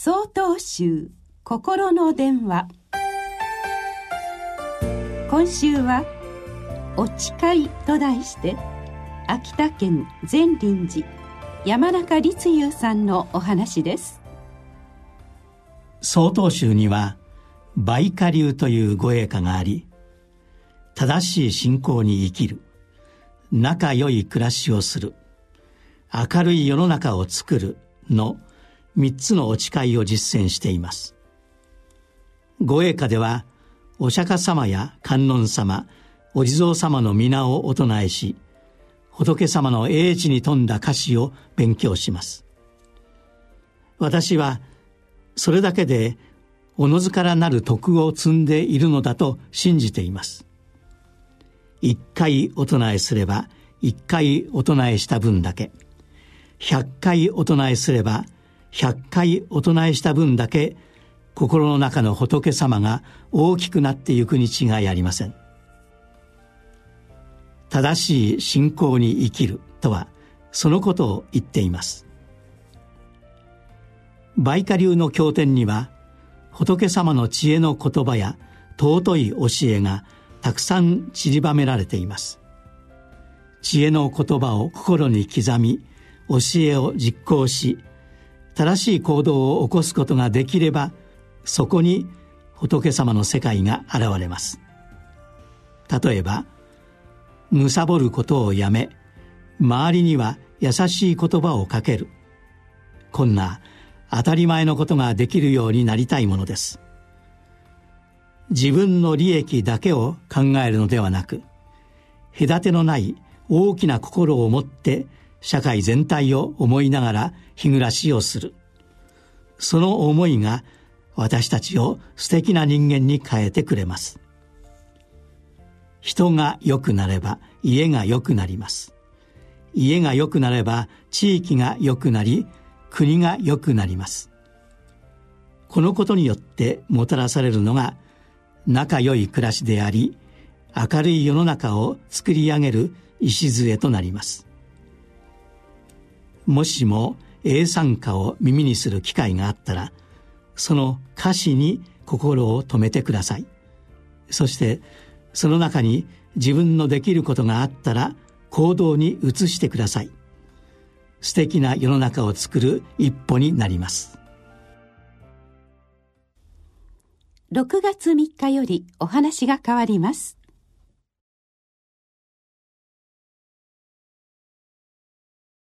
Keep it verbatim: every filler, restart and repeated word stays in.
曹洞宗心の電話。今週はお誓いと題して秋田県善林寺山中立雄さんのお話です。 曹洞宗には梅花流というご栄華があり、正しい信仰に生きる、仲良い暮らしをする、明るい世の中を作るの三つのお誓いを実践しています。ご栄華ではお釈迦様や観音様、お地蔵様の皆をお唱えし、仏様の英知に富んだ歌詞を勉強します。私はそれだけでおのずからなる徳を積んでいるのだと信じています。一回お唱えすれば一回お唱えした分だけ、百回お唱えすれば百回お唱えした分だけ、心の中の仏様が大きくなってゆくに違いありません。正しい信仰に生きるとはそのことを言っています。梅花流の経典には仏様の知恵の言葉や尊い教えがたくさん散りばめられています。知恵の言葉を心に刻み、教えを実行し、正しい行動を起こすことができれば、そこに仏様の世界が現れます。例えば、貪ることをやめ、周りには優しい言葉をかける。こんな当たり前のことができるようになりたいものです。自分の利益だけを考えるのではなく、隔てのない大きな心を持って社会全体を思いながら日暮らしをする。その思いが私たちを素敵な人間に変えてくれます。人が良くなれば家が良くなります。家が良くなれば地域が良くなり、国が良くなります。このことによってもたらされるのが仲良い暮らしであり、明るい世の中を作り上げる礎となります。もしも英賛歌を耳にする機会があったら、その歌詞に心を留めてください。そしてその中に自分のできることがあったら行動に移してください。素敵な世の中を作る一歩になります。 ろくがつみっかよりお話が変わります。